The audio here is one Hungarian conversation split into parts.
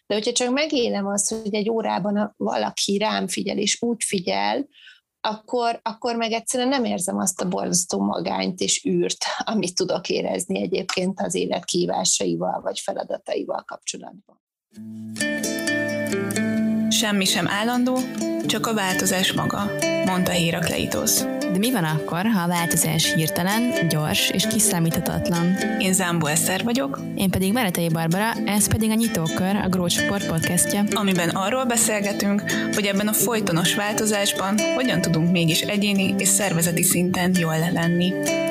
De hogyha csak megélem azt, hogy egy órában valaki rám figyel, és úgy figyel, akkor meg egyszerűen nem érzem azt a borzasztó magányt és űrt, amit tudok érezni egyébként az élet kihívásaival vagy feladataival kapcsolatban. Semmi sem állandó, csak a változás maga, mondta Hérakleitosz. De mi van akkor, ha a változás hirtelen, gyors és kiszámíthatatlan? Én Zámbó Eszter vagyok. Én pedig Meretei Barbara, ez pedig a Nyitókör, a Grow Csoport podcastja. Amiben arról beszélgetünk, hogy ebben a folytonos változásban hogyan tudunk mégis egyéni és szervezeti szinten jól lenni.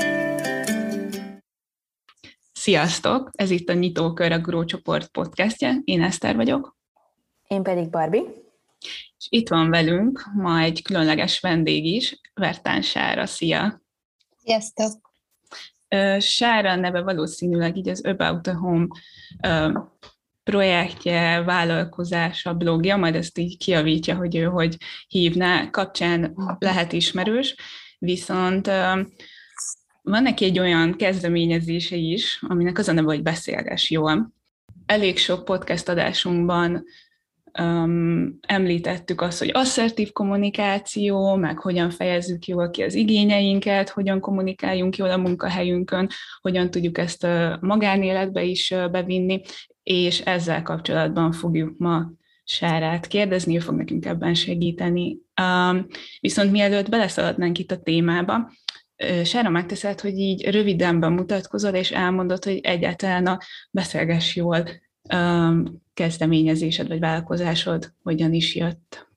Sziasztok! Ez itt a Nyitókör, a Grow Csoport podcastja. Én Eszter vagyok. Én pedig Barbie. És itt van velünk ma egy különleges vendég is, Vertán Sára. Szia! Sziasztok! Sára neve valószínűleg így az About the Home projektje, vállalkozása, blogja, majd ezt így kijavítja, hogy ő hogy hívná, kapcsán lehet ismerős, viszont van neki egy olyan kezdeményezése is, aminek az a neve, hogy beszélgess jól. Elég sok podcast adásunkban említettük azt, hogy asszertív kommunikáció, meg hogyan fejezzük jól ki az igényeinket, hogyan kommunikáljunk jól a munkahelyünkön, hogyan tudjuk ezt a magánéletbe is bevinni, és ezzel kapcsolatban fogjuk ma Sárát kérdezni, ő fog nekünk ebben segíteni. Viszont mielőtt beleszaladnánk itt a témába, Sára, megteszed, hogy így röviden bemutatkozol, és elmondod, hogy egyáltalán a beszélgess jól kezdeményezésed vagy vállalkozásod hogyan is jött?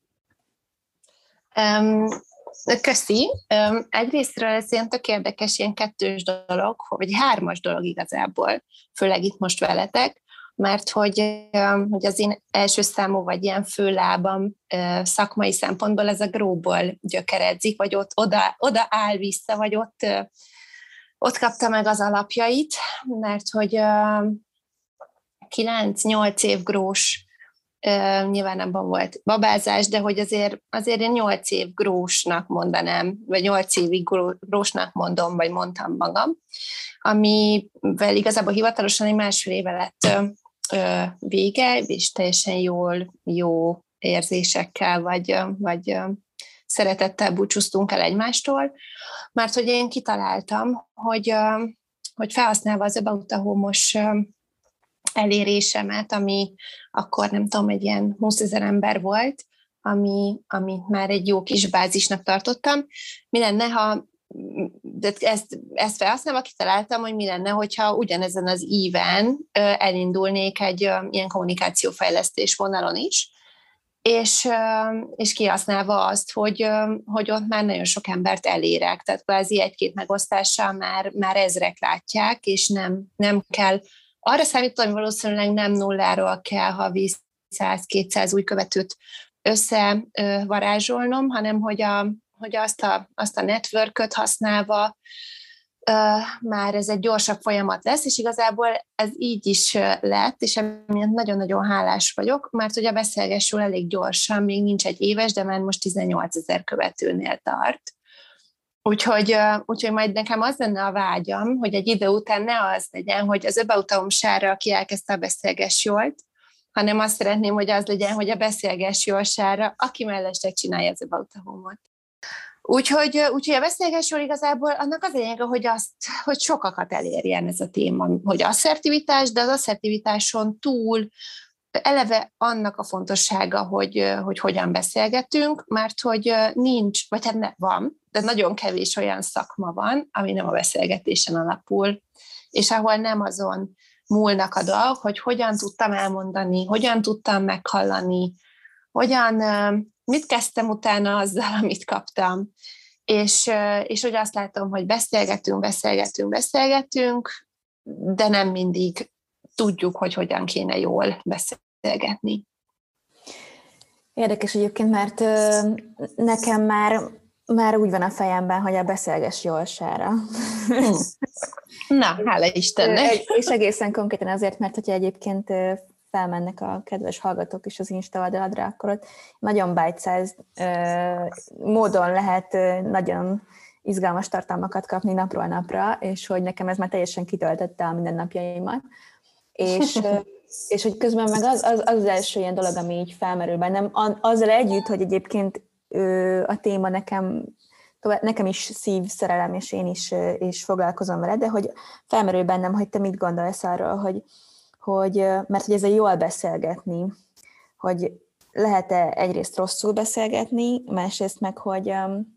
Köszi. Egyrésztről ez ilyen tök érdekes, ilyen kettős dolog, vagy hármas dolog igazából, főleg itt most veletek, mert hogy az én első számú, vagy ilyen főlábam szakmai szempontból ez a Grow-ból gyökeredzik, vagy oda áll vissza, vagy ott kapta meg az alapjait, mert hogy 9-8 év grós, nyilván abban volt babázás, de hogy azért én 8 év grósnak mondanám, vagy 8 évig grósnak mondom, vagy mondtam magam, amivel igazából hivatalosan egy másfél éve lett vége, és teljesen jó érzésekkel, vagy szeretettel búcsúztunk el egymástól, mert hogy én kitaláltam, hogy felhasználva az About the Home-os elérésemet, ami akkor nem tudom, egy ilyen 20 000 ember volt, amit már egy jó kis bázisnak tartottam. Mi lenne, ha de ezt felhasználva kitaláltam, hogy mi lenne, hogyha ugyanezen az íven elindulnék egy ilyen kommunikációfejlesztés vonalon is, és kihasználva azt, hogy ott már nagyon sok embert elérek, tehát kvázi egy-két megosztással már ezrek látják, és nem kell. Arra számítom, hogy valószínűleg nem nulláról kell havi 100-200 új követőt összevarázsolnom, hanem hogy azt a networköt használva már ez egy gyorsabb folyamat lesz, és igazából ez így is lett, és emiatt nagyon-nagyon hálás vagyok, mert hogy a beszélgess jól elég gyorsan, még nincs egy éves, de már most 18 000 követőnél tart. Úgyhogy majd nekem az lenne a vágyam, hogy egy idő után ne az legyen, hogy az About the Home Sára, aki elkezdte a beszélgess jót, hanem azt szeretném, hogy az legyen, hogy a beszélgess jól Sára, aki mellesleg csinálja az About the Home-ot. Úgyhogy a beszélgess jól igazából annak az lényege, hogy sokakat elérjen ez a téma, hogy asszertivitás, de az asszertivitáson túl eleve annak a fontossága, hogy hogyan beszélgetünk, mert hogy nincs, vagy hát van, de nagyon kevés olyan szakma van, ami nem a beszélgetésen alapul, és ahol nem azon múlnak a dolgok, hogy hogyan tudtam elmondani, hogyan tudtam meghallani, mit kezdtem utána azzal, amit kaptam, és hogy azt látom, hogy beszélgetünk, de nem mindig tudjuk, hogy hogyan kéne jól beszélgetni. Érdekes egyébként, mert nekem már úgy van a fejemben, hogy a beszélgess jól Sára. Na, hála Istennek! És egészen konkrétan azért, mert hogyha egyébként felmennek a kedves hallgatók is az Insta oldaladra, akkor ott nagyon bite-size módon lehet nagyon izgalmas tartalmakat kapni napról napra, és hogy nekem ez már teljesen kitöltette a mindennapjaimat. És És hogy közben meg az első ilyen dolog, ami így felmerül bennem, azzal együtt, hogy egyébként a téma nekem is szívszerelem, és én is foglalkozom vele, de hogy felmerül bennem, hogy te mit gondolsz arról, mert hogy ez a jól beszélgetni, hogy lehet-e egyrészt rosszul beszélgetni, másrészt meg, hogy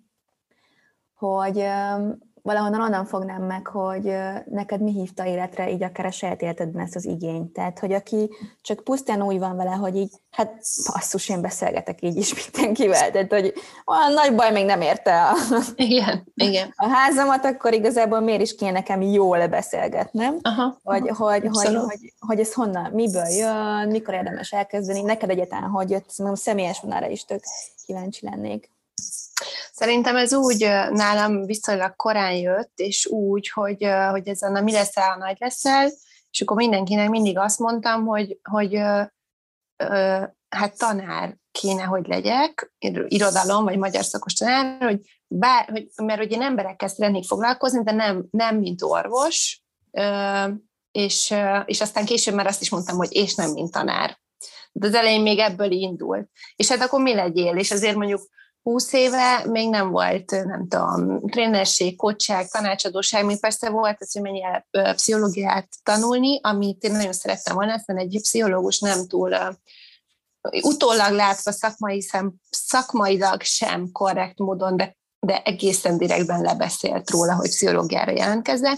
valahonnan onnan fognám meg, hogy neked mi hívta életre így akár a saját életedben ezt az igényt. Tehát, hogy aki csak pusztán úgy van vele, hogy így, hát basszus, én beszélgetek így is mindenkivel, tehát, hogy olyan nagy baj még nem érte Igen. a házamat, akkor igazából miért is kéne nekem jól beszélgetnem, hogy ez honnan, miből jön, mikor érdemes elkezdeni, neked egyáltalán hogy jött, szerintem személyes vonára is tök kíváncsi lennék. Szerintem ez úgy nálam viszonylag korán jött, és úgy, hogy ez a mi leszel, ha nagy leszel, és akkor mindenkinek mindig azt mondtam, hogy hát tanár kéne, hogy legyek, irodalom, vagy magyar szakos tanár, mert hogy én emberekkel szeretnék foglalkozni, de nem mint orvos, és aztán később már azt is mondtam, hogy és nem mint tanár. De az elején még ebből indult. És hát akkor mi legyél? És azért mondjuk 20 éve még nem volt, nem tudom, trénerség, coachság, tanácsadóság, még persze volt az, hogy mennyire pszichológiát tanulni, amit én nagyon szerettem volna, hiszen egy pszichológus nem túl utólag látva szakmailag sem korrekt módon, de egészen direktben lebeszélt róla, hogy pszichológiára jelentkezzek.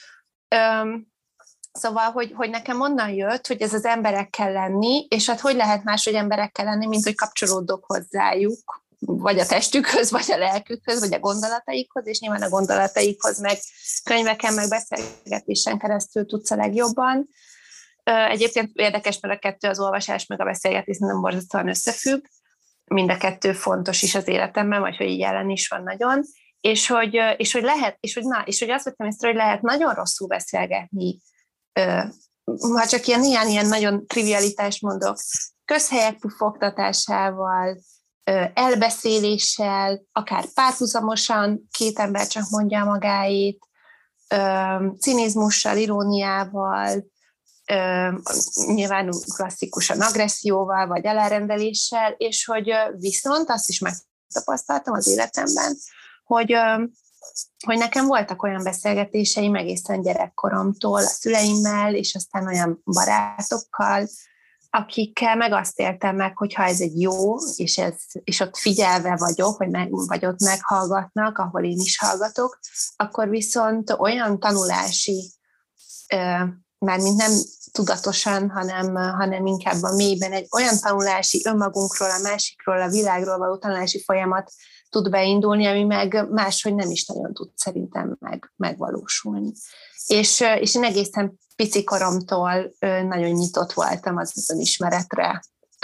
Szóval, hogy nekem onnan jött, hogy ez az emberekkel lenni, és hát hogy lehet máshogy emberekkel lenni, mint hogy kapcsolódok hozzájuk, vagy a testükhöz, vagy a lelkükhöz, vagy a gondolataikhoz, és nyilván a gondolataikhoz meg könyveken, meg beszélgetésen keresztül tudsz a legjobban. Egyébként érdekes, mert a kettő, az olvasás meg a beszélgetés nem borzasztóan összefügg, mind a kettő fontos is az életemben, vagy hogy így jelen is van nagyon, és hogy azt vettem észre, hogy lehet nagyon rosszul beszélgetni, ha csak ilyen nagyon trivialitást mondok, közhelyek pufogtatásával, elbeszéléssel, akár párhuzamosan, két ember csak mondja magáét, cinizmussal, iróniával, nyilván klasszikusan agresszióval, vagy elárendeléssel, és hogy viszont azt is megtapasztaltam az életemben, hogy nekem voltak olyan beszélgetéseim egészen gyerekkoromtól, a szüleimmel, és aztán olyan barátokkal, akikkel meg azt éltem meg, hogyha ez egy jó, és ott figyelve vagyok, vagy ott meghallgatnak, ahol én is hallgatok, akkor viszont olyan tanulási, mármint nem tudatosan, hanem inkább a mélyben egy olyan tanulási önmagunkról, a másikról, a világról való tanulási folyamat tud beindulni, ami meg máshogy nem is nagyon tud szerintem megvalósulni. És én egészen pici koromtól nagyon nyitott voltam az önismeretre.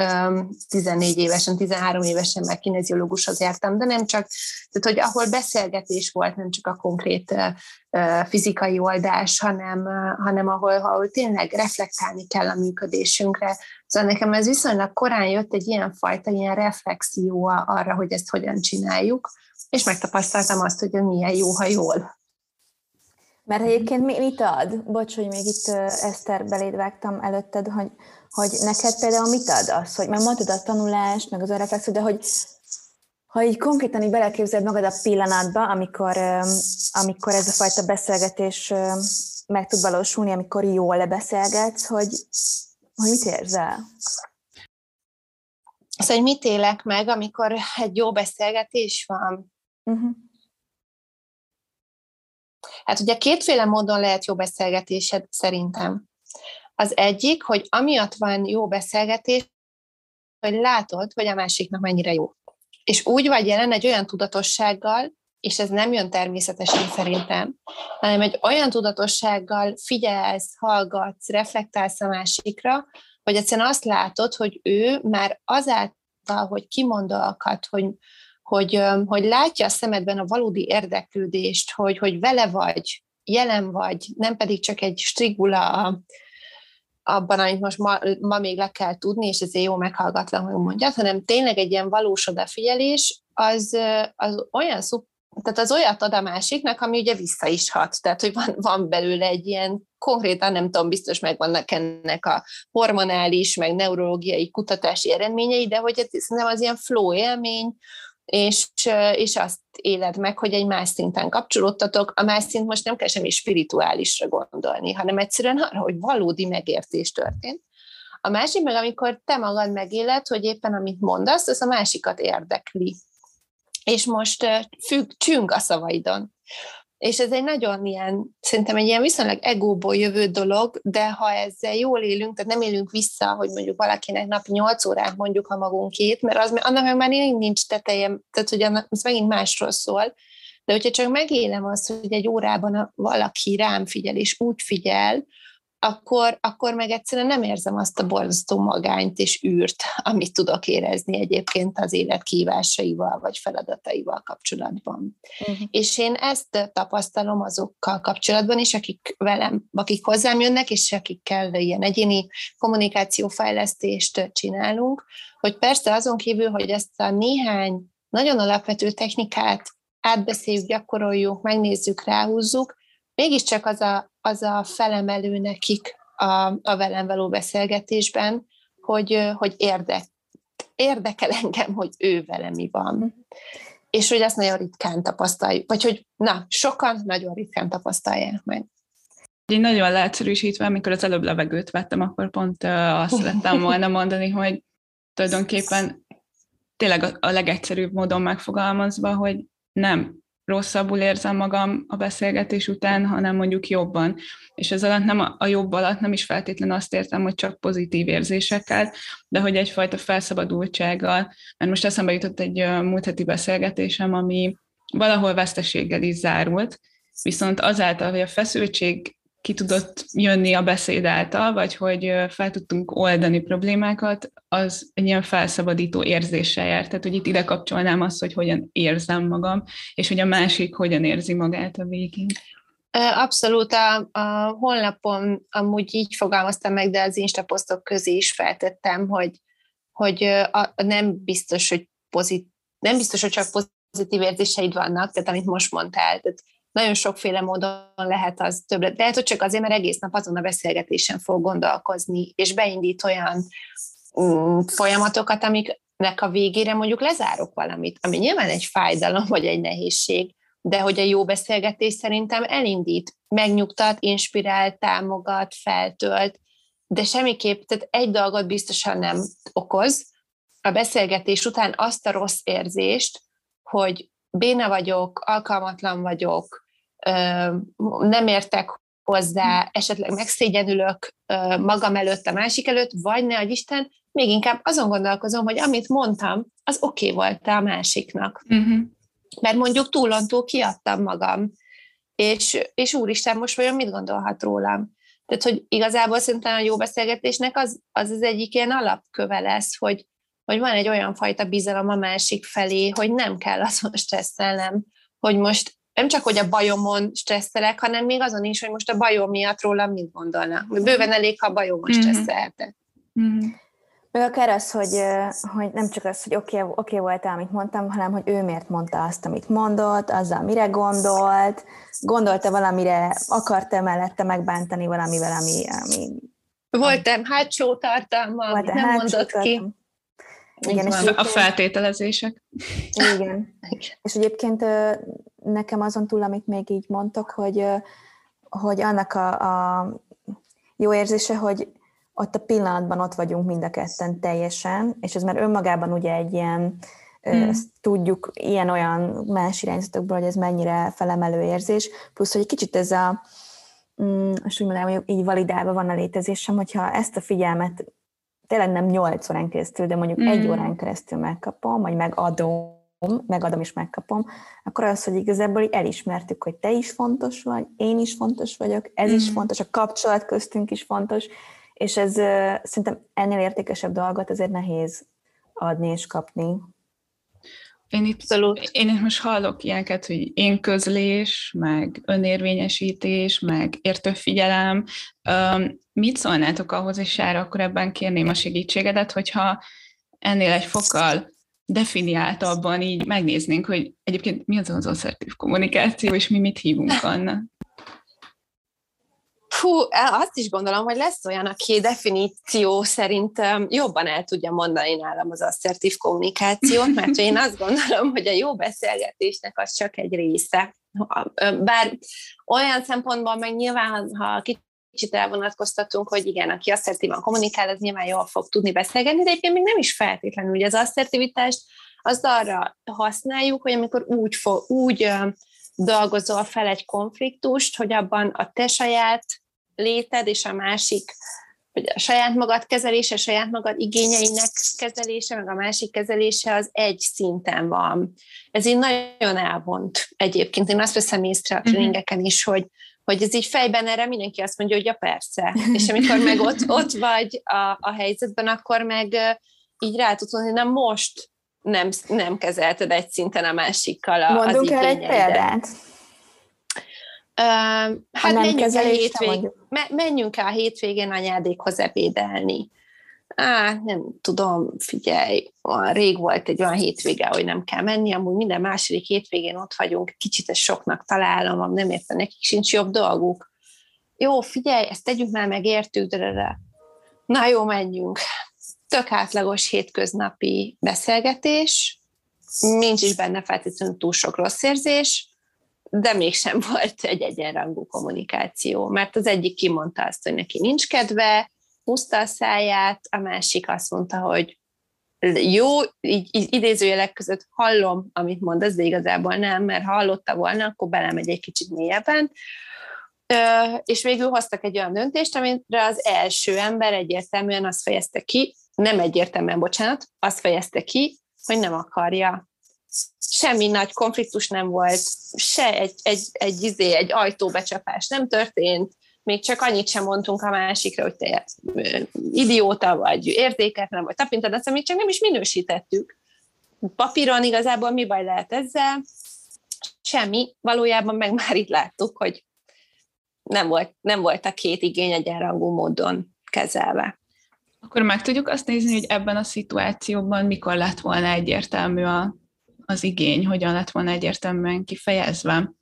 14 évesen, 13 évesen már kineziológushoz jártam, de nem csak, tehát hogy ahol beszélgetés volt, nem csak a konkrét fizikai oldás, hanem ahol tényleg reflektálni kell a működésünkre. Szóval nekem ez viszonylag korán jött egy ilyen reflexió arra, hogy ezt hogyan csináljuk, és megtapasztaltam azt, hogy milyen jó, ha jól. Mert egyébként mit ad? Bocs, hogy még itt Eszter beléd vágtam előtted, hogy neked például mit ad az, hogy már mondtad a tanulást, meg az a reflexió, de hogy ha így konkrétan így beleképzeled magad a pillanatba, amikor ez a fajta beszélgetés meg tud valósulni, amikor jól beszélgetsz, hogy mit érzel? Szóval, hogy mit élek meg, amikor egy jó beszélgetés van? Uh-huh. Hát ugye kétféle módon lehet jó beszélgetésed szerintem. Az egyik, hogy amiatt van jó beszélgetés, hogy látod, hogy a másiknak mennyire jó. És úgy vagy jelen egy olyan tudatossággal, és ez nem jön természetesen szerintem, hanem egy olyan tudatossággal figyelsz, hallgatsz, reflektálsz a másikra, hogy egyszerűen azt látod, hogy ő már azáltal, hogy kimond dolgokat, hogy látja a szemedben a valódi érdeklődést, hogy vele vagy, jelen vagy, nem pedig csak egy strigula abban, amit most ma még le kell tudni, és ezért jó meghallgatlan, hogy mondjad, hanem tényleg egy ilyen valós odafigyelés, az olyan szuper tehát az olyat ad a másiknak, ami ugye vissza is hat. Tehát, hogy van belőle egy ilyen konkrétan, nem tudom, biztos megvannak ennek a hormonális, meg neurológiai kutatási eredményei, de hogy szerintem az ilyen flow élmény, és azt éled meg, hogy egy más szinten kapcsolódtatok. A más szint most nem kell semmi spirituálisra gondolni, hanem egyszerűen arra, hogy valódi megértés történt. A másik meg, amikor te magad megéled, hogy éppen amit mondasz, az a másikat érdekli. És most csüng a szavaidon. És ez egy nagyon ilyen, szerintem egy ilyen viszonylag egóból jövő dolog, de ha ezzel jól élünk, tehát nem élünk vissza, hogy mondjuk valakinek napi 8 órát mondjuk a magunkét, mert annak meg már nincs teteje, tehát hogy az megint másról szól, de hogyha csak megélem azt, hogy egy órában valaki rám figyel, és úgy figyel, akkor meg egyszerűen nem érzem azt a borzasztó magányt és űrt, amit tudok érezni egyébként az élet kihívásaival vagy feladataival kapcsolatban. Uh-huh. És én ezt tapasztalom azokkal kapcsolatban is, akik hozzám jönnek, és akikkel ilyen egyéni kommunikációfejlesztést csinálunk, hogy persze azon kívül, hogy ezt a néhány nagyon alapvető technikát átbeszéljük, gyakoroljuk, megnézzük, ráhúzzuk, mégiscsak az a felemelő nekik a velem való beszélgetésben, hogy érdekel engem, hogy ő vele mi van. És hogy ezt nagyon ritkán tapasztaljuk, vagy hogy sokan nagyon ritkán tapasztalják meg. Én nagyon leegyszerűsítve, amikor az előbb levegőt vettem, akkor pont azt szerettem volna mondani, hogy tulajdonképpen tényleg a legegyszerűbb módon megfogalmazva, hogy nem rosszabbul érzem magam a beszélgetés után, hanem mondjuk jobban. És ez alatt a jobb alatt nem is feltétlenül azt értem, hogy csak pozitív érzésekkel, de hogy egyfajta felszabadultsággal, mert most eszembe jutott egy múlt heti beszélgetésem, ami valahol veszteséggel is zárult, viszont azáltal, hogy a feszültség ki tudott jönni a beszéd által, vagy hogy fel tudtunk oldani problémákat, az egy ilyen felszabadító érzéssel járt. Tehát, hogy itt ide kapcsolnám azt, hogy hogyan érzem magam, és hogy a másik hogyan érzi magát a végén. Abszolút. A honlapon amúgy így fogalmaztam meg, de az Insta posztok közé is feltettem, hogy nem biztos, hogy csak pozitív érzéseid vannak, tehát amit most mondtál, tehát nagyon sokféle módon lehet az többlet. Lehet, hogy csak azért, mert egész nap azon a beszélgetésen fog gondolkozni, és beindít olyan folyamatokat, amiknek a végére mondjuk lezárok valamit, ami nyilván egy fájdalom, vagy egy nehézség, de hogy a jó beszélgetés szerintem elindít, megnyugtat, inspirál, támogat, feltölt, de semmiképp, tehát egy dolgot biztosan nem okoz, a beszélgetés után azt a rossz érzést, hogy béna vagyok, alkalmatlan vagyok, nem értek hozzá, esetleg megszégyenülök magam előtt, a másik előtt, vagy ne adj Isten, még inkább azon gondolkozom, hogy amit mondtam, az oké volt a másiknak. Uh-huh. Mert mondjuk túlontúl kiadtam magam, és úristen, most vajon mit gondolhat rólam? Tehát, hogy igazából szerintem a jó beszélgetésnek az egyik ilyen alapköve lesz, hogy van egy olyan fajta bizalom a másik felé, hogy nem kell azon stresszelnem, hogy most nem csak, hogy a bajomon stresszelek, hanem még azon is, hogy most a bajom miatt rólam mit gondolnak. Bőven elég, ha a bajomon stresszelhetek. Mm-hmm. Meg akár az, hogy nem csak az, hogy oké volt, amit mondtam, hanem hogy ő miért mondta azt, amit mondott, azzal mire gondolta valamire, akarta mellette megbántani valamivel, ami... Volt-e hátsó tartalma, amit nem mondott ki? Igen, és a feltételezések. Igen. És egyébként nekem azon túl, amit még így mondtok, hogy annak a jó érzése, hogy ott a pillanatban ott vagyunk mind a ketten teljesen, és ez már önmagában ugye egy ilyen, ezt tudjuk ilyen-olyan más irányzatokból, hogy ez mennyire felemelő érzés, plusz, hogy egy kicsit ez és úgy mondanám, hogy így validálva van a létezésem, hogyha ezt a figyelmet tényleg nem 8 órán keresztül, de mondjuk 1 órán keresztül megkapom, vagy megadom és megkapom, akkor az, hogy igazából így elismertük, hogy te is fontos vagy, én is fontos vagyok, ez is fontos, a kapcsolat köztünk is fontos, és ez szerintem ennél értékesebb dolgot azért nehéz adni és kapni. Én itt most hallok ilyeneket, hogy én közlés, meg önérvényesítés, meg értőfigyelem. Mit szólnátok ahhoz, és Sára, akkor ebben kérném a segítségedet, hogyha ennél egy fokkal definiáltabban így megnéznénk, hogy egyébként mi az asszertív kommunikáció, és mi mit hívunk annak. Azt is gondolom, hogy lesz olyan, aki definíció szerint jobban el tudja mondani nálam az asszertív kommunikációt, mert én azt gondolom, hogy a jó beszélgetésnek az csak egy része. Bár olyan szempontból meg nyilván, ha kicsit elvonatkoztatunk, hogy igen, aki asszertívan kommunikál, az nyilván jól fog tudni beszélgetni, de egyébként még nem is feltétlenül. Ugye az asszertivitást azt arra használjuk, hogy amikor úgy dolgozol fel egy konfliktust, hogy abban a te saját léted és a másik, vagy a saját magad kezelése, a saját magad igényeinek kezelése, meg a másik kezelése az egy szinten van. Ez így nagyon elvont egyébként. Én azt veszem észre a tréningeken is, hogy ez így fejben erre mindenki azt mondja, hogy ja persze. És amikor meg ott vagy a helyzetben, akkor meg így rá tudod mondani, hogy most nem kezelted egy szinten a másikkal az Mondunk el egy igényeidet. példát? Hát menjünk el a hétvégén anyádékhoz ebédelni. Nem tudom, figyelj, rég volt egy olyan hétvége, hogy nem kell menni, amúgy minden második hétvégén ott vagyunk, kicsit ezt soknak találom, nem értem, nekik sincs jobb dolguk. Jó, figyelj, ezt tegyük már meg, értük, de. Na jó, menjünk. Tök átlagos hétköznapi beszélgetés, nincs is benne feltétlenül túl sok rossz érzés, de mégsem volt egy egyenrangú kommunikáció, mert az egyik kimondta azt, hogy neki nincs kedve, húzta a száját, a másik azt mondta, hogy jó, így idézőjelek között hallom, amit mondasz, de igazából nem, mert ha hallotta volna, akkor belemegy egy kicsit mélyebben, és végül hoztak egy olyan döntést, amire az első ember egyértelműen azt fejezte ki, nem egyértelműen, bocsánat, azt fejezte ki, hogy nem semmi nagy konfliktus nem volt, se egy ajtóbecsapás nem történt, még csak annyit sem mondtunk a másikra, hogy te idióta vagy, érzéketlen vagy, tapintadatlan, még csak nem is minősítettük. Papíron igazából mi baj lehet ezzel? Semmi. Valójában meg már itt láttuk, hogy nem volt a két igény egyenrangú módon kezelve. Akkor meg tudjuk azt nézni, hogy ebben a szituációban mikor lett volna egyértelmű az igény, hogyan lett volna egyértelműen kifejezve?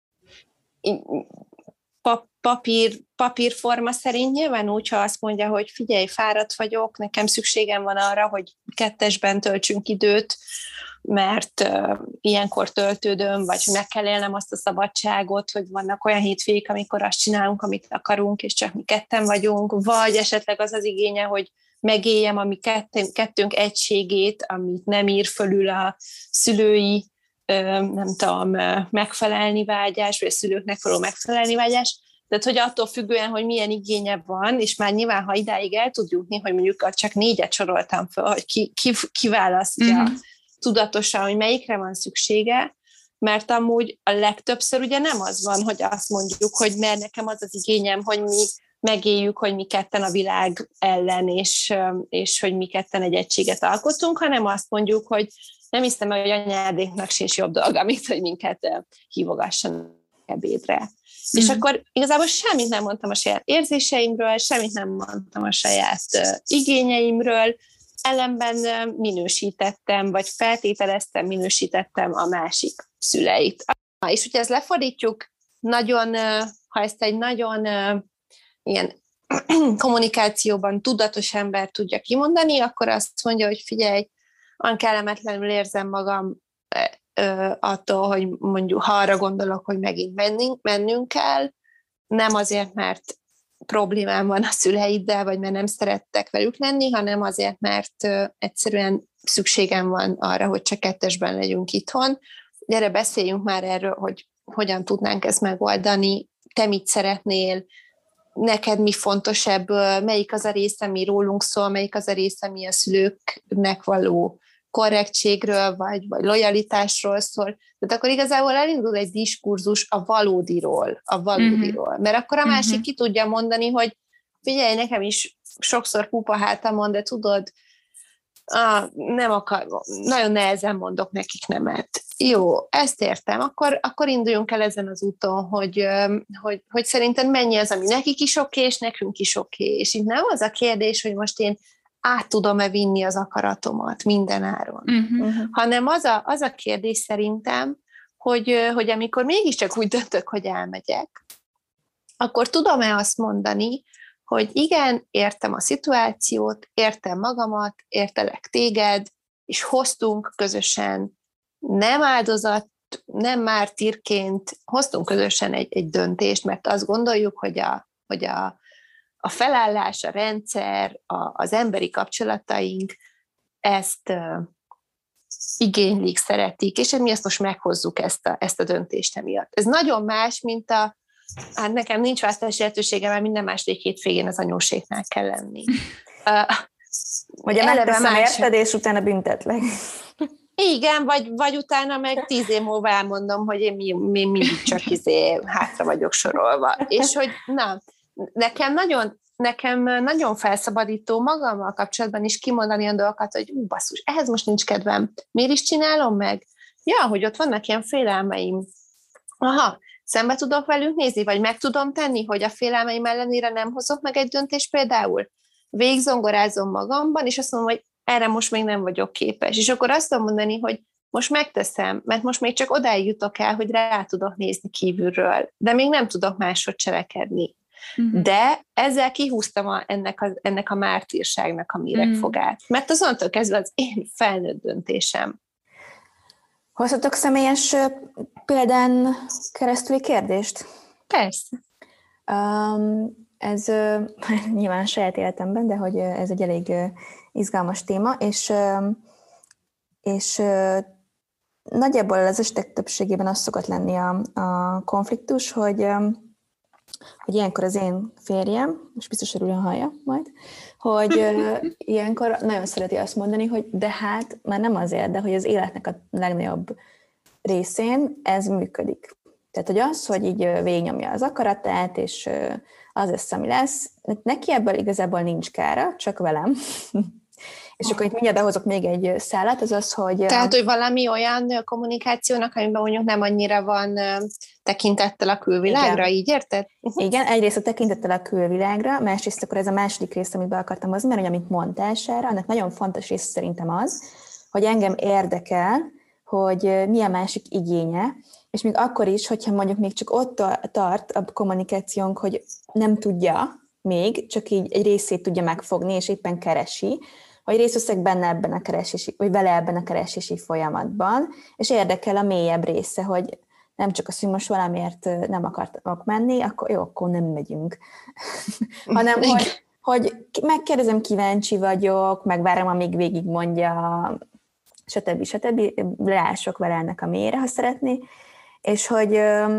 Papírforma szerint nyilván úgy, ha azt mondja, hogy figyelj, fáradt vagyok, nekem szükségem van arra, hogy kettesben töltsünk időt, mert ilyenkor töltődöm, vagy meg kell élnem azt a szabadságot, hogy vannak olyan hétvégék, amikor azt csinálunk, amit akarunk, és csak mi ketten vagyunk, vagy esetleg az igénye, hogy megéljem a mi kettőnk egységét, amit nem ír fölül a szülői, nem tudom, megfelelni vágyás, vagy a szülőknek való megfelelni vágyás. Tehát, hogy attól függően, hogy milyen igénye van, és már nyilván, ha idáig el tud jutni, hogy mondjuk csak 4 soroltam fel, hogy ki választja tudatosan, hogy melyikre van szüksége, mert amúgy a legtöbbször ugye nem az van, hogy azt mondjuk, hogy mert nekem az igényem, hogy mi megéljük, hogy mi ketten a világ ellen, és hogy mi ketten egy egységet alkotunk, hanem azt mondjuk, hogy nem hiszem, hogy anyádéknak sincs jobb dolga, mint hogy minket hívogassanak ebédre. És akkor igazából semmit nem mondtam a saját érzéseimről, semmit nem mondtam a saját igényeimről, ellenben minősítettem, vagy feltételeztem, minősítettem a másik szüleit. És hogyha ezt lefordítjuk, ha ezt egy nagyon ilyen kommunikációban tudatos ember tudja kimondani, akkor azt mondja, hogy figyelj, olyan kellemetlenül érzem magam attól, hogy mondjuk, ha arra gondolok, hogy megint mennünk kell, nem azért, mert problémám van a szüleiddel, vagy mert nem szerettek velük lenni, hanem azért, mert egyszerűen szükségem van arra, hogy csak kettesben legyünk itthon. Gyere, beszéljünk már erről, hogy hogyan tudnánk ezt megoldani, te mit szeretnél, neked mi fontos ebből, melyik az a része, ami rólunk szól, melyik az a része, ami a szülőknek való korrektségről, vagy lojalitásról szól. Tehát akkor igazából elindul egy diskurzus a valódiról. Mert akkor a másik ki tudja mondani, hogy figyelj, nekem is sokszor pupa hátamon, de tudod, nem akar, nagyon nehezen mondok nekik nemet. Jó, ezt értem, akkor induljunk el ezen az úton, hogy szerinted mennyi az, ami nekik is oké, és nekünk is oké. És itt nem az a kérdés, hogy most én át tudom-e vinni az akaratomat mindenáron. Hanem az a kérdés szerintem, hogy amikor mégiscsak úgy döntök, hogy elmegyek, akkor tudom-e azt mondani, hogy igen, értem a szituációt, értem magamat, értelek téged, és hoztunk közösen nem áldozat, nem mártírként, hoztunk közösen egy döntést, mert azt gondoljuk, hogy a felállás, a rendszer, az emberi kapcsolataink ezt igénylik, szeretik, és mi ezt most meghozzuk ezt a döntést emiatt. Ez nagyon más, mint hát nekem nincs választási lehetősége, mert minden második hétvégén az anyóséknál kell lenni. Ugye megteszem érted, és utána büntetlek. Igen, vagy utána meg 10 év múlva elmondom, hogy én mindig csak hátra vagyok sorolva. És hogy nekem nagyon felszabadító magammal kapcsolatban is kimondani a dolgokat, hogy basszus, ehhez most nincs kedvem. Miért is csinálom meg? Ja, hogy ott vannak ilyen félelmeim. Aha, szembe tudok velük nézni, vagy meg tudom tenni, hogy a félelmeim ellenére nem hozok meg egy döntést például. Végigzongorázom magamban, és azt mondom, hogy erre most még nem vagyok képes. És akkor azt tudom mondani, hogy most megteszem, mert most még csak odáig jutok el, hogy rá tudok nézni kívülről, de még nem tudok máshogy cselekedni. De ezzel kihúztam ennek a mártírságnak a méregfogát. Mert az onnantól kezdve az én felnőtt döntésem. Hozhatok személyes példán keresztüli kérdést? Persze. Ez nyilván saját életemben, de hogy ez egy elég izgalmas téma, és nagyjából az esetek többségében az szokott lenni a konfliktus, hogy ilyenkor az én férjem, most biztos örül, ha hallja majd, hogy ilyenkor nagyon szereti azt mondani, hogy de hát már nem azért, de hogy az életnek a legnagyobb részén ez működik. Tehát, hogy az, hogy így végignyomja az akaratát, és az lesz, ami lesz, neki ebből igazából nincs kára, csak velem. És akkor itt mindjárt behozok még egy szállat, az az, hogy... Tehát, hogy valami olyan kommunikációnak, amiben mondjuk nem annyira van tekintettel a külvilágra, igen. Így érted? Igen, egyrészt a tekintettel a külvilágra, másrészt akkor ez a második rész, amit be akartam hozni, mert hogy amit mondtál, Sára, annak nagyon fontos rész szerintem az, hogy engem érdekel, hogy mi a másik igénye, és még akkor is, hogyha mondjuk még csak ott tart a kommunikációnk, hogy nem tudja még, csak így egy részét tudja megfogni, és éppen keresi, hogy részt veszek benne ebben a keresési, vagy vele ebben a keresési folyamatban, és érdekel a mélyebb része, hogy nem csak az, hogy most valamiért nem akarok menni, akkor jó, akkor nem megyünk. Hanem, hogy megkérdezem, kíváncsi vagyok, megvárom, amíg végig mondja, stb. Leások vele ennek a mélyre, ha szeretné, és hogy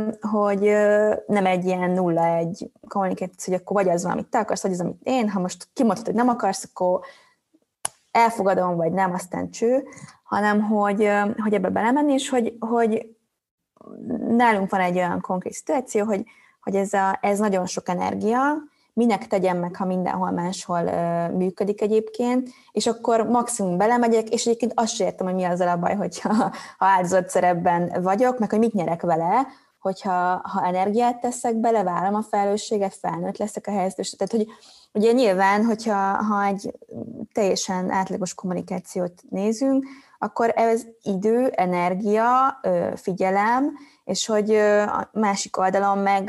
nem egy ilyen 0-1 kommunikáció, hogy akkor vagy az, amit te akarsz, vagy az, amit én, ha most kimondod, hogy nem akarsz, akkor elfogadom, vagy nem, aztán cső, hanem hogy ebbe belemenni, és hogy nálunk van egy olyan konkrét szituáció, hogy ez nagyon sok energia, minek tegyem meg, ha mindenhol máshol működik egyébként, és akkor maximum belemegyek, és egyébként azt sem értem, hogy mi azzal a baj, hogyha áldozatszerepben vagyok, meg hogy mit nyerek vele, hogyha energiát teszek bele, vállalom a felelősséget, felnőtt leszek a helyzetben. Tehát, hogy ugye nyilván, hogyha egy teljesen átlagos kommunikációt nézünk, akkor ez idő, energia, figyelem, és hogy a másik oldalon meg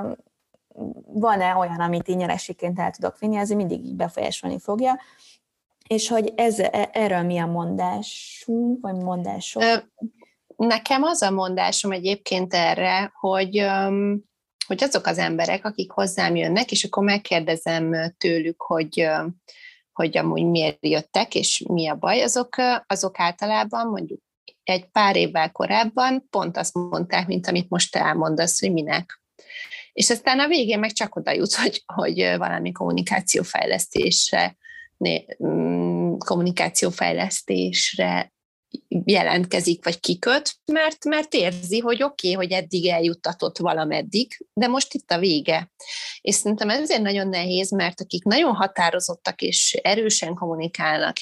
van-e olyan, amit én nyereségként el tudok vinni, azért mindig így befolyásolni fogja. És hogy erről mi a mondásunk, vagy mondások? Nekem az a mondásom egyébként erre, hogy azok az emberek, akik hozzám jönnek, és akkor megkérdezem tőlük, hogy amúgy miért jöttek, és mi a baj, azok általában mondjuk egy pár évvel korábban pont azt mondták, mint amit most elmondasz, hogy minek. És aztán a végén meg csak oda jut, hogy valami kommunikációfejlesztésre jelentkezik, vagy kiköt, mert érzi, hogy oké, hogy eddig eljuttatott valameddig, de most itt a vége. És szerintem ezért nagyon nehéz, mert akik nagyon határozottak és erősen kommunikálnak,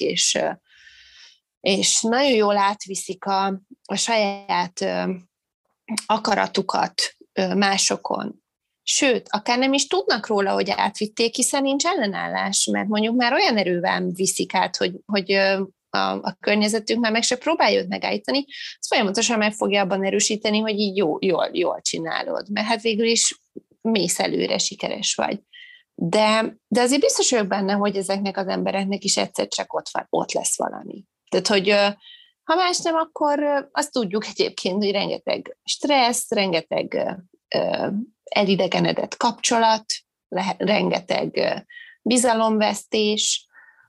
és nagyon jól átviszik a saját akaratukat másokon, Sőt, akár nem is tudnak róla, hogy átvitték, hiszen nincs ellenállás, mert mondjuk már olyan erővel viszik át, hogy a környezetünk már meg se próbálja őt megállítani, az folyamatosan meg fogja abban erősíteni, hogy így jól csinálod, mert hát végül is mész előre, sikeres vagy. De azért biztos vagyok benne, hogy ezeknek az embereknek is egyszer csak ott lesz valami. Tehát, hogy ha más nem, akkor azt tudjuk egyébként, hogy rengeteg stressz, rengeteg elidegenedett kapcsolat, rengeteg bizalomvesztés,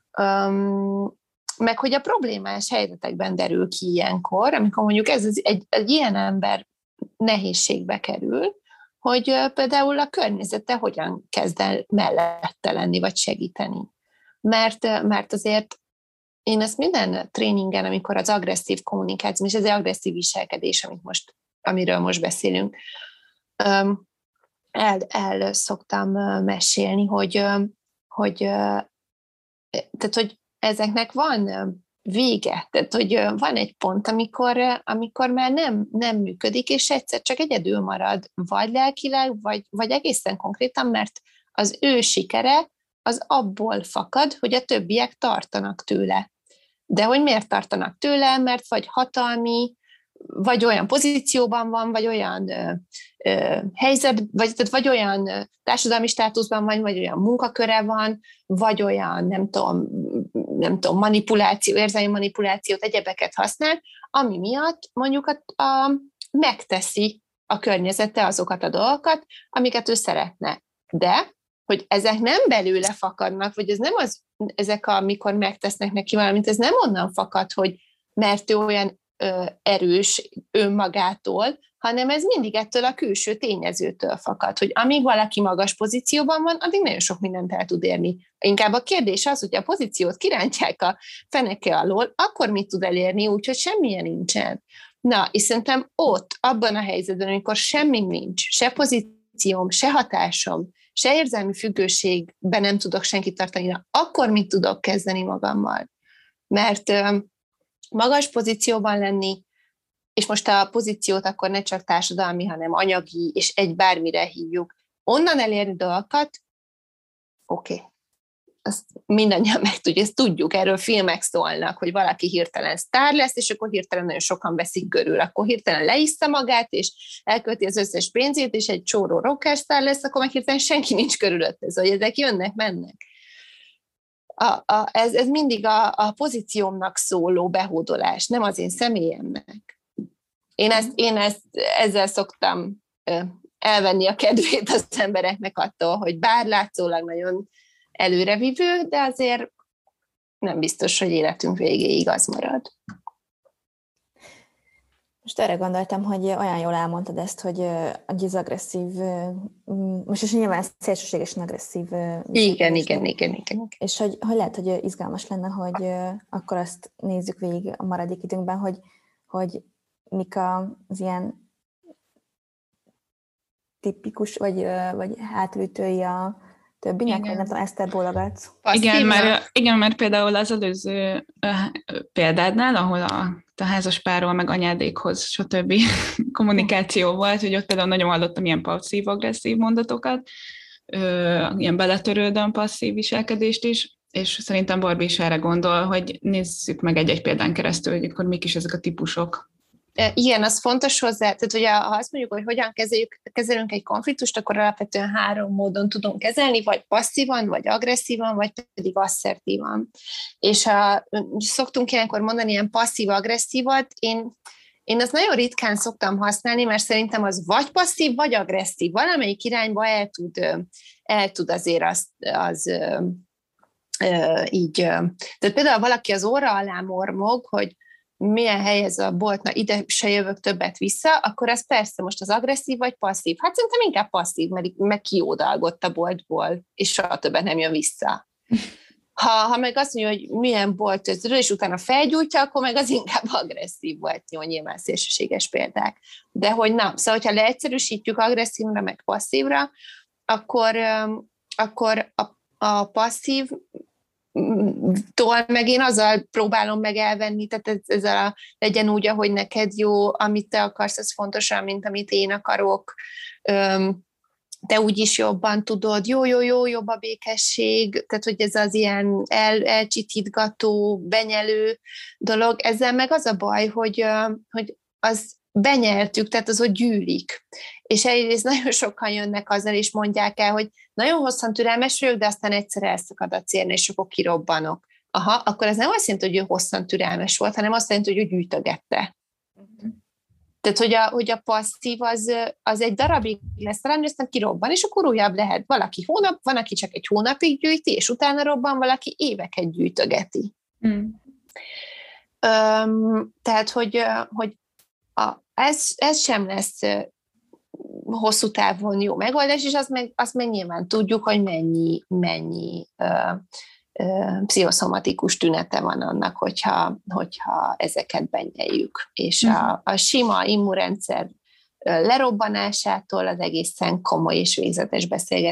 meg hogy a problémás helyzetekben derül ki ilyenkor, amikor mondjuk egy ilyen ember nehézségbe kerül, hogy például a környezete hogyan kezd el mellette lenni, vagy segíteni. Mert azért én ezt minden tréningen, amikor az agresszív kommunikáció, és ez az agresszív viselkedés, amiről most beszélünk, el szoktam mesélni, hogy ezeknek van vége, tehát hogy van egy pont, amikor már nem működik, és egyszer csak egyedül marad, vagy lelkileg, vagy egészen konkrétan, mert az ő sikere az abból fakad, hogy a többiek tartanak tőle. De hogy miért tartanak tőle? Mert vagy hatalmi, vagy olyan pozícióban van, vagy olyan helyzet, vagy olyan társadalmi státuszban van, vagy olyan munkaköre van, vagy olyan, nem tudom, manipuláció, érzelmi manipulációt, egyebeket használ, ami miatt mondjuk megteszi a környezete azokat a dolgokat, amiket ő szeretne. De, hogy ezek nem belőle fakadnak, vagy ez nem ezek, amikor megtesznek neki valamit, ez nem onnan fakad, hogy mert ő olyan erős önmagától, hanem ez mindig ettől a külső tényezőtől fakad, hogy amíg valaki magas pozícióban van, addig nagyon sok mindent el tud érni. Inkább a kérdés az, hogy a pozíciót kirántják a feneke alól, akkor mit tud elérni, úgyhogy semmilyen nincsen. Na, és szerintem ott, abban a helyzetben, amikor semmi nincs, se pozícióm, se hatásom, se érzelmi függőségben nem tudok senkit tartani, na, akkor mit tudok kezdeni magammal? Mert magas pozícióban lenni, és most a pozíciót akkor ne csak társadalmi, hanem anyagi, és egy bármire hívjuk, onnan elérni dolgokat, oké. Azt mindannyian meg tudjuk, ezt tudjuk, erről filmek szólnak, hogy valaki hirtelen sztár lesz, és akkor hirtelen nagyon sokan veszik körül, akkor hirtelen leissza magát, és elkölti az összes pénzét, és egy csóró rockersztár lesz, akkor meg hirtelen senki nincs körülötte, szóval ezek jönnek, mennek. Ez mindig a pozíciómnak szóló behódolás, nem az én személyemnek. Én ezzel szoktam elvenni a kedvét az embereknek attól, hogy bár látszólag nagyon előrevívő, de azért nem biztos, hogy életünk végéig az marad. Most erre gondoltam, hogy olyan jól elmondtad ezt, hogy az agresszív, most is nyilván szélsőségesen agresszív. Igen. És hogy lehet, hogy izgalmas lenne, hogy akkor azt nézzük végig a maradék időnkben, hogy mik az ilyen tipikus, vagy hátulütői a többinek, vagy nem tudom, Eszter bólogatsz. Igen, mert például az előző példádnál, ahol a házaspárról, meg anyádékhoz, stb. Kommunikáció volt, hogy ott például nagyon hallottam ilyen passzív-agresszív mondatokat, ilyen beletörődön passzív viselkedést is, és szerintem Barbie is erre gondol, hogy nézzük meg egy-egy példán keresztül, hogy akkor mik is ezek a típusok. Igen, az fontos hozzá, tehát hogy ha azt mondjuk, hogy hogyan kezelünk egy konfliktust, akkor alapvetően 3 módon tudunk kezelni, vagy passzívan, vagy agresszívan, vagy pedig asszertívan. És szoktunk ilyenkor mondani ilyen passzív-agresszívat, én azt nagyon ritkán szoktam használni, mert szerintem az vagy passzív, vagy agresszív. Valamelyik irányba el tud azért így. Tehát például valaki az óra alá mormog, hogy milyen hely ez a bolt, na ide se jövök többet vissza, akkor ez persze most az agresszív vagy passzív. Hát szerintem inkább passzív, mert meg kiódalgott a boltból, és soha többet nem jön vissza. Ha meg azt mondja, hogy milyen bolt ez, és utána felgyújtja, akkor meg az inkább agresszív volt. Jó, nyilván szélsőséges példák. De hogy nem. Szóval, hogyha leegyszerűsítjük agresszívra, meg passzívra, akkor a passzív meg én azzal próbálom meg elvenni, tehát ez legyen úgy, ahogy neked jó, amit te akarsz, az fontosabb, mint amit én akarok. te úgyis jobban tudod, jobb a békesség, tehát hogy ez az ilyen elcsitítgató, benyelő dolog, ezzel meg az a baj, hogy az benyeltük, tehát az ott gyűlik. És egyrészt nagyon sokan jönnek azzal, és mondják el, hogy nagyon hosszan türelmes vagyok, de aztán egyszer elszakad a cérna, és akkor kirobbanok. Aha, akkor ez nem azt jelenti, hogy ő hosszan türelmes volt, hanem azt jelenti, hogy ő gyűjtögette. Tehát, hogy a passzív az egy darabig lesz talán, aztán kirobban, és akkor újabb lehet. Valaki van, aki csak egy hónapig gyűjti, és utána robban, valaki éveket gyűjtögeti. Tehát, hogy ez sem lesz hosszú távon jó megoldás, és azt meg nyilván tudjuk, hogy mennyi pszichoszomatikus tünete van annak, hogyha ezeket benyeljük. És a sima immunrendszer lerobbanásától az egészen komoly és végzetes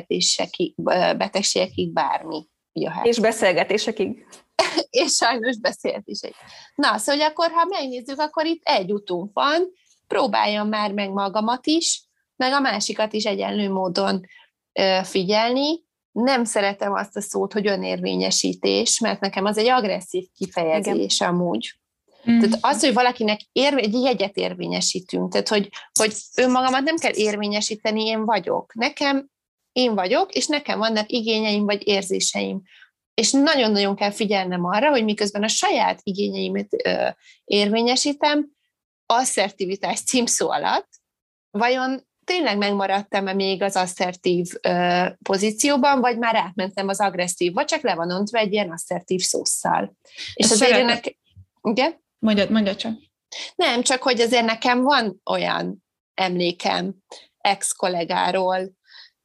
betegségekig bármi jöhet. És beszélgetésekig. És sajnos beszélgetésekig. Na, szóval akkor, ha megnézzük, akkor itt egy utunk van, próbáljam már meg magamat is, meg a másikat is egyenlő módon figyelni. Nem szeretem azt a szót, hogy önérvényesítés, mert nekem az egy agresszív kifejezés. Igen. Amúgy. Tehát az, hogy valakinek egy jegyet érvényesítünk, tehát hogy önmagamat nem kell érvényesíteni, én vagyok. Én vagyok, és nekem vannak igényeim vagy érzéseim. És nagyon-nagyon kell figyelnem arra, hogy miközben a saját igényeimet érvényesítem, asszertivitás címszó alatt, vajon tényleg megmaradtam-e még az asszertív pozícióban, vagy már átmentem az agresszív, vagy csak le van ontva egy ilyen asszertív szósszal. És azért ennek... Ugye? Mondjad csak. Nem, csak hogy azért nekem van olyan emlékem ex-kollégáról,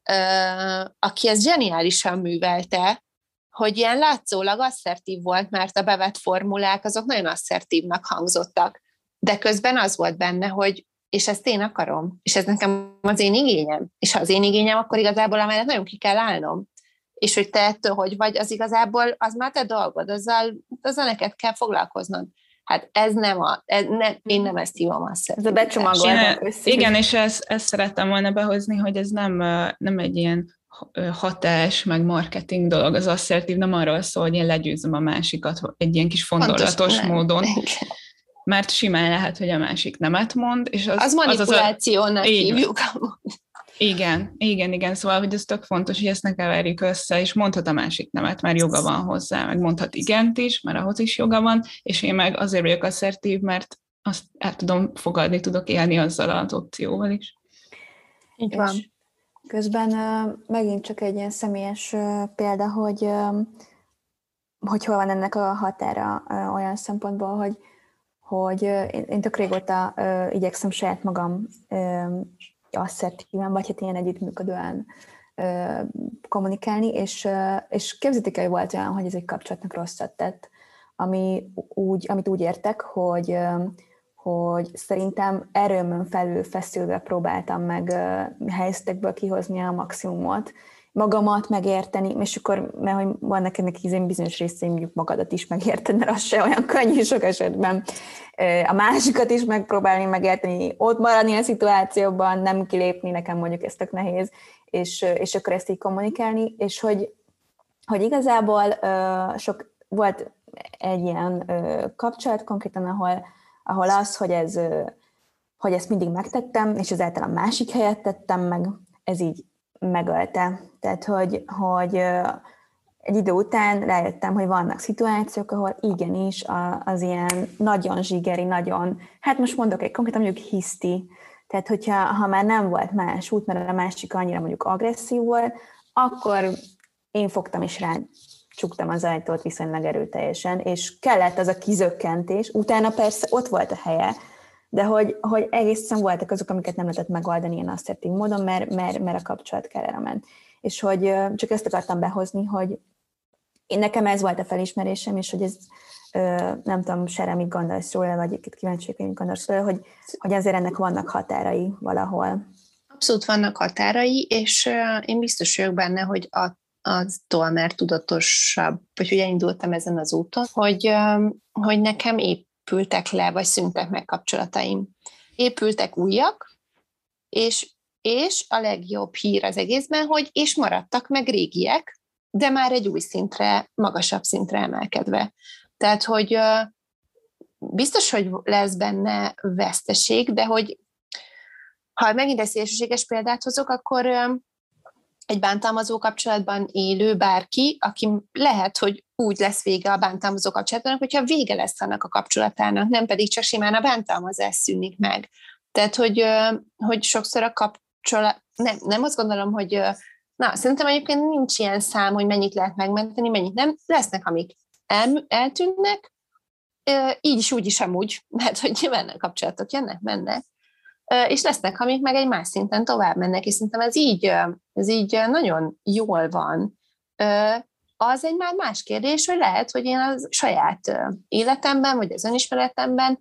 aki ezt zseniálisan művelte, hogy ilyen látszólag asszertív volt, mert a bevett formulák azok nagyon asszertívnak hangzottak. De közben az volt benne, hogy és ezt én akarom, és ez nekem az én igényem. És ha az én igényem, akkor igazából amellett nagyon ki kell állnom. És hogy te ettől hogy vagy, az igazából, az már te dolgod, azzal neked kell foglalkoznod. Hát ez nem én nem ezt hívom azt. Ez a becsomagolva. Igen, és ezt szerettem volna behozni, hogy ez nem egy ilyen hatás, meg marketing dolog, az asszertív nem arról szól, hogy én legyőzöm a másikat egy ilyen kis fondorlatos módon. Mert simán lehet, hogy a másik nemet mond, és az manipulációnak hívjuk. Igen, szóval, hogy ez tök fontos, hogy ezt ne keverjük össze, és mondhat a másik nemet, mert joga van hozzá, meg mondhat igent is, mert ahhoz is joga van, és én meg azért vagyok asszertív, mert azt el tudom fogadni, tudok élni azzal az opcióval is. Így van. És közben megint csak egy ilyen személyes példa, hogy hol van ennek a határa olyan szempontból, hogy én tök régóta igyekszem saját magam asszertíven, vagy hát ilyen együttműködően kommunikálni, és képzeljétek el, hogy volt olyan, hogy ez egy kapcsolatnak rosszat tett, amit úgy értek, hogy szerintem erőmön felül feszülve próbáltam meg helyzetekből kihozni a maximumot, magamat megérteni, és akkor, mert hogy vannak ennek bizonyos részén mondjuk magadat is megérteni, mert az se olyan könnyű sok esetben a másikat is megpróbálni megérteni, ott maradni a szituációban, nem kilépni, nekem mondjuk ez tök nehéz, és akkor ezt így kommunikálni, és hogy igazából volt egy ilyen kapcsolat konkrétan, ahol az, hogy ezt mindig megtettem, és ezáltal a másik helyet tettem meg, ez így megölte. Tehát, hogy egy idő után rájöttem, hogy vannak szituációk, ahol igenis az ilyen nagyon zsigeri, nagyon, hát most mondok egy konkrétan mondjuk hiszti, tehát hogyha már nem volt más út, mert a másik annyira mondjuk agresszív volt, akkor én fogtam és rácsuktam az ajtót viszonylag erőteljesen, és kellett az a kizökkentés, utána persze ott volt a helye, de hogy egészen voltak azok, amiket nem lehetett megoldani ilyen asszertív módon, mert a kapcsolat kellene ment. És hogy csak ezt akartam behozni, hogy nekem ez volt a felismerésem, és hogy ez nem tudom, Sere, mit gondolsz róla, vagy itt kíváncsi, mit gondolsz róla, hogy azért ennek vannak határai valahol. Abszolút vannak határai, és én biztos vagyok benne, hogy attól már tudatosabb, vagy hogy elindultam ezen az úton, hogy nekem épültek le, vagy szűntek meg kapcsolataim. Épültek újak, és és a legjobb hír az egészben, hogy és maradtak meg régiek, de már egy új szintre, magasabb szintre emelkedve. Tehát, hogy biztos, hogy lesz benne veszteség, de hogy ha megint egy szélsőséges példát hozok, akkor egy bántalmazó kapcsolatban élő bárki, aki lehet, hogy úgy lesz vége a bántalmazó kapcsolatának, hogyha vége lesz annak a kapcsolatának, nem pedig csak simán a bántalmazás szűnik meg. Tehát, hogy sokszor a kapcsolat, nem azt gondolom, hogy szerintem egyébként nincs ilyen szám, hogy mennyit lehet megmenteni, mennyit nem. Lesznek, amik eltűnnek, így is, úgy is amúgy, mert hogy nyilván a kapcsolatok jönnek, mennek, és lesznek, amik meg egy más szinten tovább mennek, és szerintem ez így nagyon jól van. Az egy már más kérdés, hogy lehet, hogy én a saját életemben, vagy az önismeretemben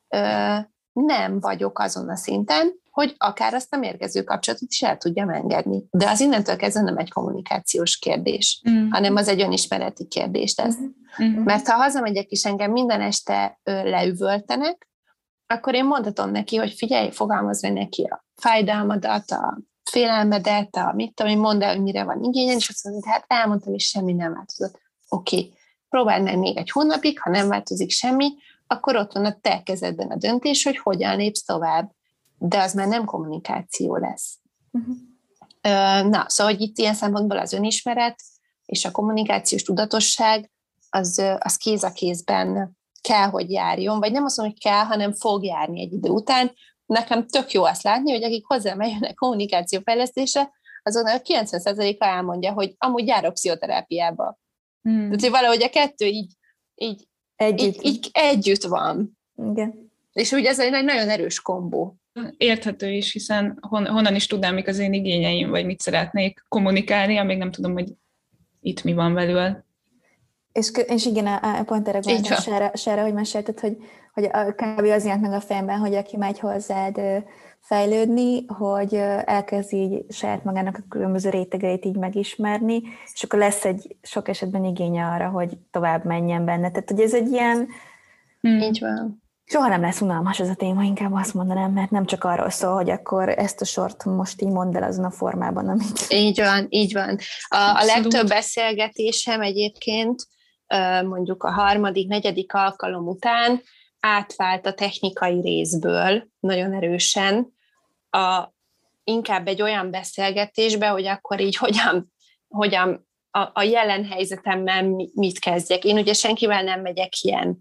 nem vagyok azon a szinten, hogy akár azt a mérgező kapcsolatot is el tudjam engedni. De az innentől kezdve nem egy kommunikációs kérdés, hanem az egy önismereti kérdés lesz. Mert ha hazamegyek és engem minden este leüvöltenek, akkor én mondhatom neki, hogy figyelj, fogalmazz meg neki a fájdalmadat, a félelmedet, mit tudom én, mondd el, hogy mire van igényen, és azt mondod, hát elmondtam, és semmi nem változott. Oké, próbáld meg még egy hónapig, ha nem változik semmi, akkor ott van a te kezedben a döntés, hogy hogyan lépsz tovább. De az már nem kommunikáció lesz. Szóval, hogy itt ilyen szempontból az önismeret és a kommunikációs tudatosság az kéz a kézben kell, hogy járjon, vagy nem azt mondom, hogy kell, hanem fog járni egy idő után. Nekem tök jó azt látni, hogy akik hozzám eljönnek kommunikációfejlesztésre, azon a 90%-a elmondja, hogy amúgy járok pszichoterápiába. Tehát, hogy valahogy a kettő így együtt van. Igen. És ugye ez egy nagyon erős kombó. Érthető is, hiszen honnan is tudnám, mik az én igényeim, vagy mit szeretnék kommunikálni, amíg nem tudom, hogy itt mi van belül. És igen, pont erre gondoltam, Sára, hogy mesélted, hogy kb. Az jelent meg a fejemben, hogy aki megy hozzád fejlődni, hogy elkezd így saját magának a különböző rétegeit így megismerni, és akkor lesz egy sok esetben igénye arra, hogy tovább menjen benne. Tehát, hogy ez egy ilyen... Így van. Soha nem lesz unalmas ez a téma, inkább azt mondanám, mert nem csak arról szól, hogy akkor ezt a sort most így mondd el azon a formában, amit... Így van. A legtöbb beszélgetésem egyébként mondjuk a 3., 4. alkalom után átvált a technikai részből nagyon erősen inkább egy olyan beszélgetésbe, hogy akkor így hogyan a jelen helyzetemmel mit kezdjek. Én ugye senkivel nem megyek ilyen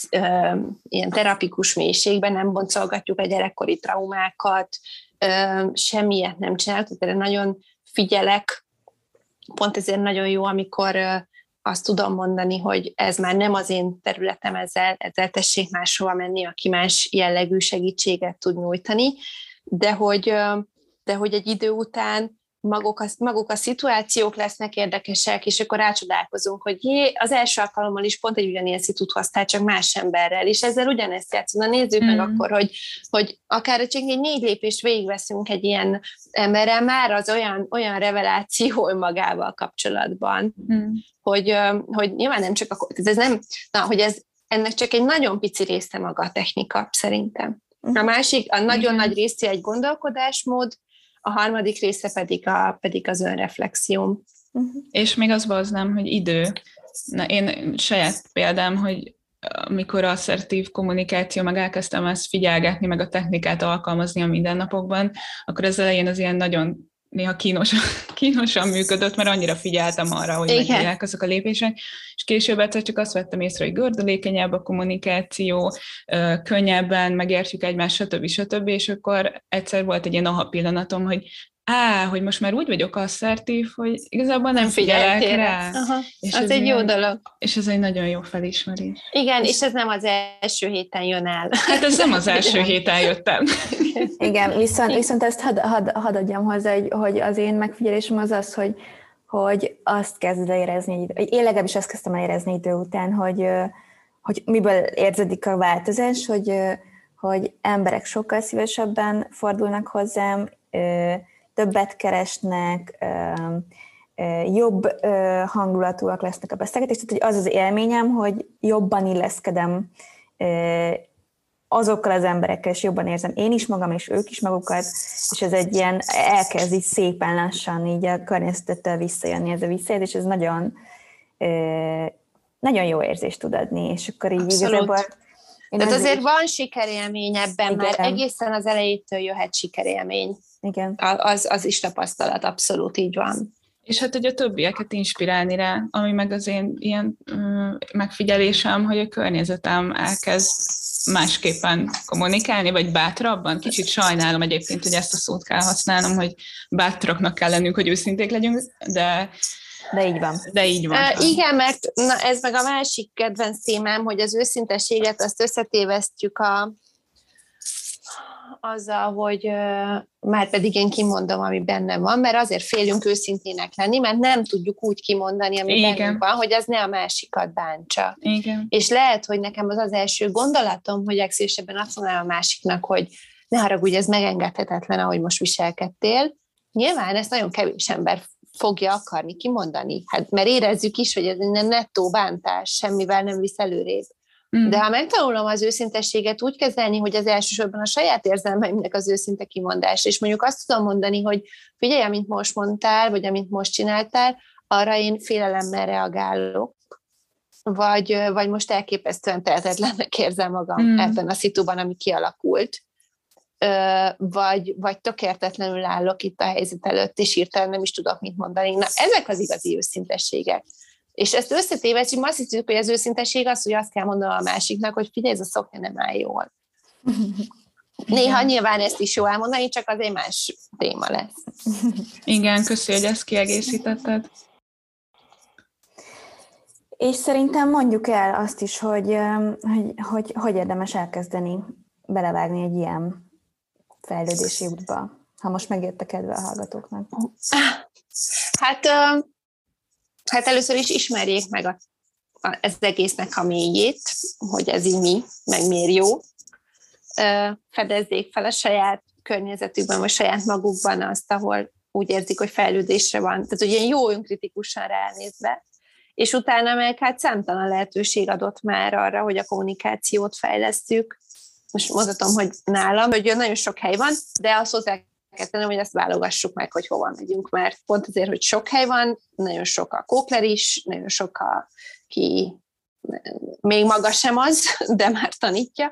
terapikus mélységben, nem boncolgatjuk a gyerekkori traumákat, semmilyet nem csinálok, tehát nagyon figyelek. Pont ezért nagyon jó, amikor azt tudom mondani, hogy ez már nem az én területem, ezzel tessék máshova menni, aki más jellegű segítséget tud nyújtani, de hogy egy idő után maguk a szituációk lesznek érdekesek, és akkor rácsodálkozunk, hogy az első alkalommal is pont egy ugyanilyen szitut hoztál, csak más emberrel, és ezzel ugyanezt játszunk. Nézzük meg akkor, hogy akár csak egy 4 lépést végigveszünk egy ilyen emberrel, már az olyan reveláció magával kapcsolatban, hogy nyilván nem csak ennek csak egy nagyon pici része maga a technika, szerintem. A másik, a nagyon nagy része egy gondolkodásmód, a 3. része pedig az önreflexió. És még azt hoznám, hogy idő. Én saját példám, hogy amikor asszertív kommunikáció, meg elkezdtem ezt figyelgetni, meg a technikát alkalmazni a mindennapokban, akkor az elején az ilyen nagyon néha kínosan működött, mert annyira figyeltem arra, hogy megjelennek azok a lépések, és később egyszer csak azt vettem észre, hogy gördülékenyebb a kommunikáció, könnyebben megértjük egymást, stb. És akkor egyszer volt egy ilyen aha pillanatom, hogy most már úgy vagyok asszertív, hogy igazából nem figyelek rá. És az egy jó dolog. És ez egy nagyon jó felismerés. Igen, és ez nem az első héten jön el. Hát ez nem az első héten jöttem. Igen, viszont ezt hadd adjam hozzá, hogy az én megfigyelésem az, hogy azt kezded el érezni, én legalábbis azt kezdtem el érezni idő után, hogy miből érződik a változás, hogy emberek sokkal szívesebben fordulnak hozzám, többet keresnek, jobb hangulatúak lesznek a beszélgetések, tehát hogy az élményem, hogy jobban illeszkedem azokkal az emberekkel is jobban érzem én is magam, és ők is magukat, és ez egy ilyen, elkezd így szépen lassan így a környezetettel visszajönni ez a visszajelzés, és ez nagyon, nagyon jó érzést tud adni, és akkor így igazából... Tehát azért van sikerélmény ebben, igen. Már egészen az elejétől jöhet sikerélmény. Igen. Az is tapasztalat, abszolút így van. És hát, hogy a többieket inspirálni rá, ami meg az én ilyen megfigyelésem, hogy a környezetem elkezd másképpen kommunikálni, vagy bátrabban. Kicsit sajnálom egyébként, hogy ezt a szót kell használnom, hogy bátraknak kell lennünk, hogy őszinték legyünk, de így van. De így van. Igen, mert ez meg a másik kedvenc témám, hogy az őszintességet azt összetévesztjük azzal, hogy már pedig én kimondom, ami bennem van, mert azért félünk őszintének lenni, mert nem tudjuk úgy kimondani, ami igen. bennünk van, hogy az ne a másikat bántsa. Igen. És lehet, hogy nekem az első gondolatom, hogy legszívesebben azt mondanám a másiknak, hogy ne haragudj, ez megengedhetetlen, ahogy most viselkedtél. Nyilván ezt nagyon kevés ember fogja akarni kimondani, hát mert érezzük is, hogy ez egy nettó bántás, semmivel nem visz előrébb. De ha megtanulom az őszintességet úgy kezelni, hogy az elsősorban a saját érzelmeimnek az őszinte kimondás, és mondjuk azt tudom mondani, hogy figyelj, amit most mondtál, vagy amit most csináltál, arra én félelemmel reagálok, vagy most elképesztően tehetetlennek érzem magam ebben a szituban, ami kialakult, vagy tökéletetlenül állok itt a helyzet előtt, és hirtelen nem is tudok mit mondani. Na, ezek az igazi őszintességek. És ezt összetévesztjük, azt hiszük, hogy az őszintesség az, hogy azt kell mondanom a másiknak, hogy figyelj, ez a szoknya nem áll jól. Néha nyilván ezt is jó elmondani, csak az egy más téma lesz. Igen, köszi, hogy ezt kiegészítetted. És szerintem mondjuk el azt is, hogy érdemes elkezdeni belevágni egy ilyen fejlődési útba, ha most megjött a kedve a hallgatóknak. Hát először is ismerjék meg ez egésznek a mélyét, hogy ez így mi, meg miért jó. Fedezzék fel a saját környezetükben, vagy saját magukban azt, ahol úgy érzik, hogy fejlődésre van. Tehát, hogy ilyen jó önkritikusan ránézve. És utána meg hát számtalan lehetőség adott már arra, hogy a kommunikációt fejlesztjük. Most mondhatom, hogy nálam, hogy nagyon sok hely van, de azt hozzá kell tennem, hogy ezt válogassuk meg, hogy hova megyünk, mert pont azért, hogy sok hely van, nagyon sok a kókler is, nagyon sok aki még maga sem az, de már tanítja.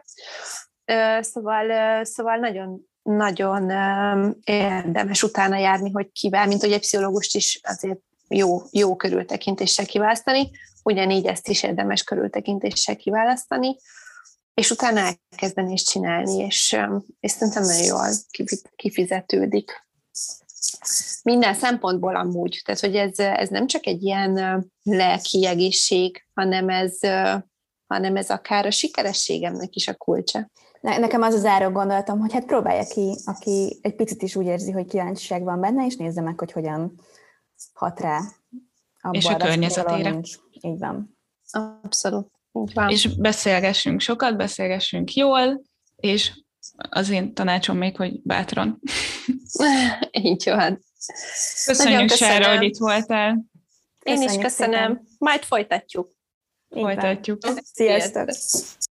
Szóval nagyon, nagyon érdemes utána járni, hogy kivel, mint hogy egy pszichológust is azért jó körültekintéssel kiválasztani, ugyanígy ezt is érdemes körültekintéssel kiválasztani, és utána elkezdeni és csinálni, és szerintem nagyon jól kifizetődik. Minden szempontból amúgy, tehát hogy ez nem csak egy ilyen lelki egészség, hanem ez akár a sikerességemnek is a kulcsa. Nekem az záró gondolatom, hogy hát próbálja ki, aki egy picit is úgy érzi, hogy kíváncsiság van benne, és nézze meg, hogy hogyan hat rá. És a környezetére. Így van. Abszolút. Van. És beszélgessünk sokat, beszélgessünk jól, és az én tanácsom még, hogy bátran. Így van. Köszönjük, Sára, hogy itt voltál. Én is köszönöm. Majd folytatjuk. Folytatjuk. Sziasztok!